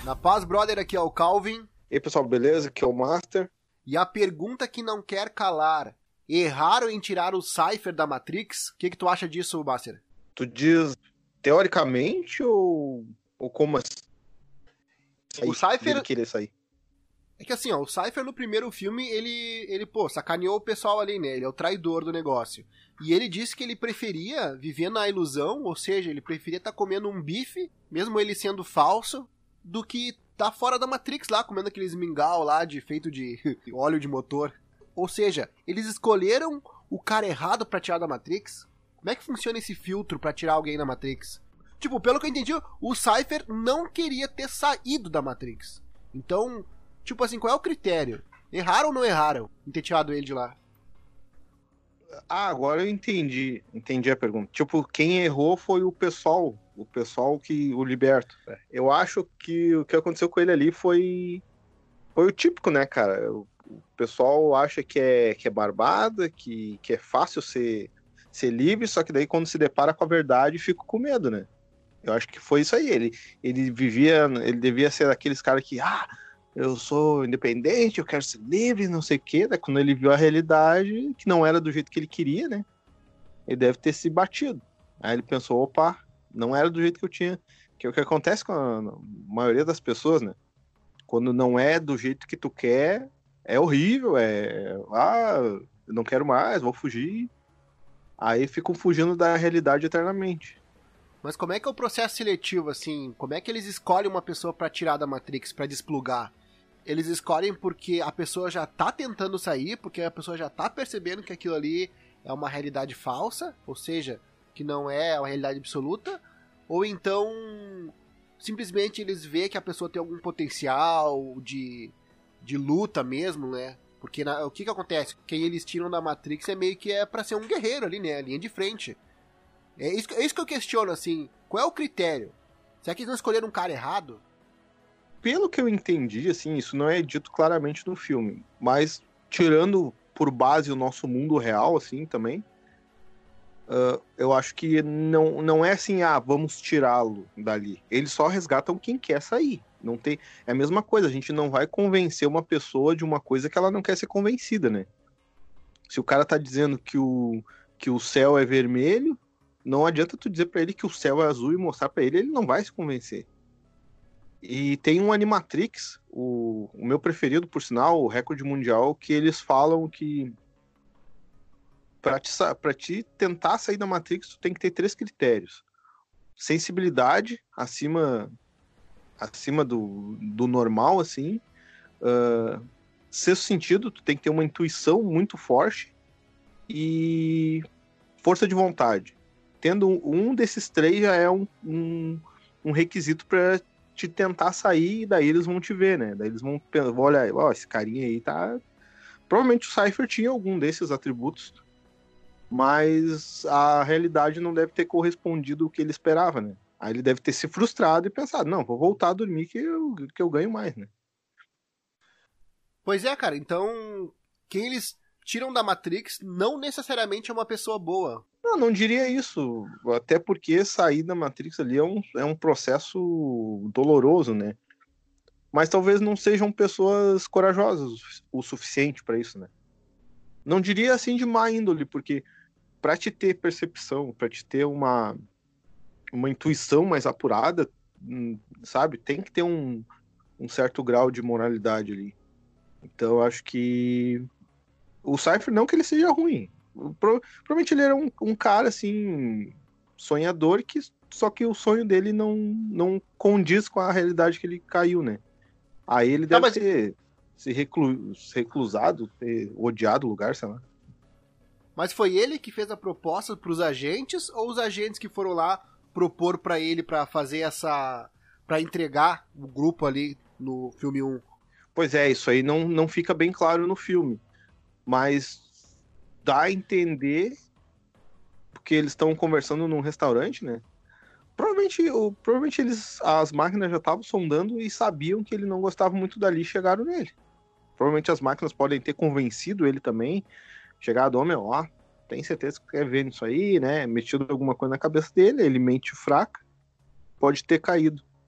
Na paz, brother, aqui é o Calvin. E aí, pessoal, beleza? Aqui é o Master. E a pergunta que não quer calar: erraram em tirar o Cypher da Matrix? O que tu acha disso, Master? Tu diz teoricamente ou como assim? O Cypher... Ele querer sair. É que assim, ó, o Cypher no primeiro filme, ele sacaneou o pessoal ali, né? Ele é o traidor do negócio. E ele disse que ele preferia viver na ilusão, ou seja, ele preferia estar comendo um bife, mesmo ele sendo falso, do que tá fora da Matrix lá, comendo aqueles mingau lá feito de óleo de motor. Ou seja, eles escolheram o cara errado pra tirar da Matrix? Como é que funciona esse filtro pra tirar alguém da Matrix? Tipo, pelo que eu entendi, o Cypher não queria ter saído da Matrix. Então, tipo assim, qual é o critério? Erraram ou não erraram em ter tirado ele de lá? Ah, agora eu entendi a pergunta. Tipo, quem errou foi o pessoal que o liberta. Eu acho que o que aconteceu com ele ali foi o típico, né, cara? O pessoal acha que é barbada, que é fácil ser livre, só que daí quando se depara com a verdade fica com medo, né? Eu acho que foi isso aí. Ele devia ser aqueles caras que, eu sou independente, eu quero ser livre, não sei o quê. Daí quando ele viu a realidade, que não era do jeito que ele queria, né? Ele deve ter se batido. Aí ele pensou, opa, não era do jeito que eu tinha. Que é o que acontece com a maioria das pessoas, né? Quando não é do jeito que tu quer, é horrível, eu não quero mais, vou fugir. Aí ficam fugindo da realidade eternamente. Mas como é que é o processo seletivo, assim? Como é que eles escolhem uma pessoa pra tirar da Matrix, pra desplugar? Eles escolhem porque a pessoa já tá tentando sair, porque a pessoa já tá percebendo que aquilo ali é uma realidade falsa, ou seja, que não é uma realidade absoluta, ou então simplesmente eles veem que a pessoa tem algum potencial de luta mesmo, né? Porque o que acontece? Quem eles tiram da Matrix é meio que pra ser um guerreiro ali, né? A linha de frente. É isso que eu questiono, assim. Qual é o critério? Será que eles não escolheram um cara errado? Pelo que eu entendi, assim, isso não é dito claramente no filme, mas tirando por base o nosso mundo real, assim, também, eu acho que não é assim, vamos tirá-lo dali. Eles só resgatam quem quer sair. Não tem, é a mesma coisa, a gente não vai convencer uma pessoa de uma coisa que ela não quer ser convencida, né? Se o cara tá dizendo que o céu é vermelho, não adianta tu dizer pra ele que o céu é azul e mostrar pra ele não vai se convencer. E tem um Animatrix, o meu preferido, por sinal, o recorde mundial, que eles falam que pra te tentar sair da Matrix, tu tem que ter 3 critérios. Sensibilidade, acima do normal, assim. Sexto sentido, tu tem que ter uma intuição muito forte. E força de vontade. Tendo um desses 3 já é um requisito para te tentar sair, e daí eles vão te ver, né? Daí eles vão olhar, esse carinha aí tá... Provavelmente o Cypher tinha algum desses atributos, mas a realidade não deve ter correspondido o que ele esperava, né? Aí ele deve ter se frustrado e pensado, não, vou voltar a dormir que eu ganho mais, né? Pois é, cara, então quem eles tiram da Matrix não necessariamente é uma pessoa boa. Não diria isso, até porque sair da Matrix ali é um processo doloroso, né? Mas talvez não sejam pessoas corajosas o suficiente para isso, né? Não diria assim de má índole, porque para te ter percepção, para te ter uma intuição mais apurada, sabe? Tem que ter um certo grau de moralidade ali. Então eu acho que o Cypher, não que ele seja ruim, provavelmente ele era um cara assim sonhador, só que o sonho dele não condiz com a realidade que ele caiu, né? Aí ele deve ter se reclusado, ter odiado o lugar, sei lá. Mas foi ele que fez a proposta pros agentes, ou os agentes que foram lá propor pra ele pra fazer pra entregar o grupo ali no filme 1? Pois é, isso aí não fica bem claro no filme, mas dá a entender, porque eles estão conversando num restaurante, né? Provavelmente as máquinas já estavam sondando e sabiam que ele não gostava muito dali e chegaram nele. Provavelmente as máquinas podem ter convencido ele também, chegado, tem certeza que quer ver nisso aí, né? Metido alguma coisa na cabeça dele, ele mente fraca, pode ter caído.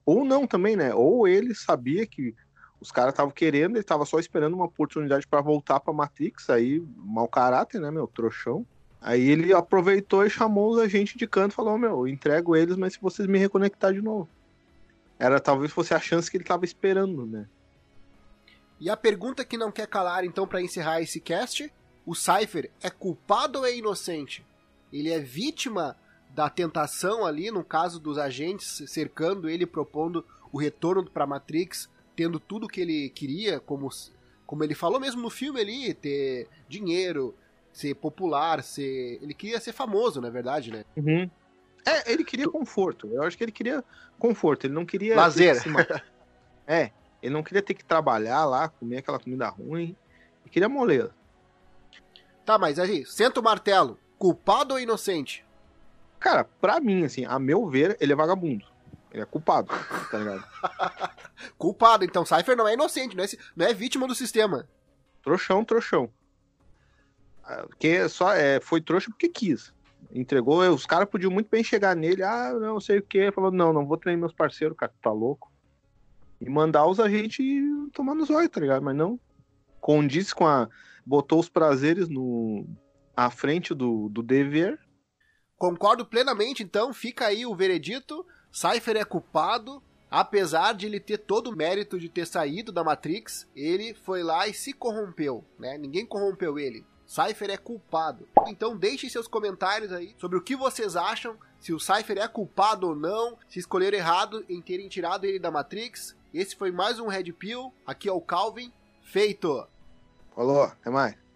Ou não também, né? Ou ele sabia que os caras estavam querendo, ele tava só esperando uma oportunidade pra voltar pra Matrix, aí, mau caráter, né, meu, trouxão. Aí ele aproveitou e chamou os agentes de canto e falou, meu, eu entrego eles, mas se vocês me reconectar de novo. Talvez fosse a chance que ele tava esperando, né? E a pergunta que não quer calar, então, pra encerrar esse cast, o Cypher é culpado ou é inocente? Ele é vítima da tentação ali, no caso dos agentes cercando ele, propondo o retorno pra Matrix, tendo tudo que ele queria, como ele falou mesmo no filme ali, ter dinheiro, ser popular, ele queria ser famoso, na verdade, né? Uhum. Ele queria conforto. Eu acho que ele queria conforto. Ele não queria... Lazer. Ele não queria ter que trabalhar lá, comer aquela comida ruim. Ele queria moleza. Tá, mas aí, senta o martelo. Culpado ou inocente? Cara, pra mim, assim, a meu ver, ele é vagabundo. Ele é culpado, tá ligado? Culpado, então. Cypher não é inocente, não é vítima do sistema. Trouxão. Foi trouxa porque quis. Entregou, os caras podiam muito bem chegar nele, não sei o que, falou, não vou treinar meus parceiros, cara, tá louco. E mandar os agentes tomar no zóio, tá ligado? Mas não. Condiz botou os prazeres à frente do dever. Concordo plenamente, então, fica aí o veredito. Cypher é culpado, apesar de ele ter todo o mérito de ter saído da Matrix, ele foi lá e se corrompeu, né? Ninguém corrompeu ele. Cypher é culpado. Então deixem seus comentários aí sobre o que vocês acham, se o Cypher é culpado ou não, se escolheram errado em terem tirado ele da Matrix. Esse foi mais um Red Pill, aqui é o Calvin, feito! Falou, até mais.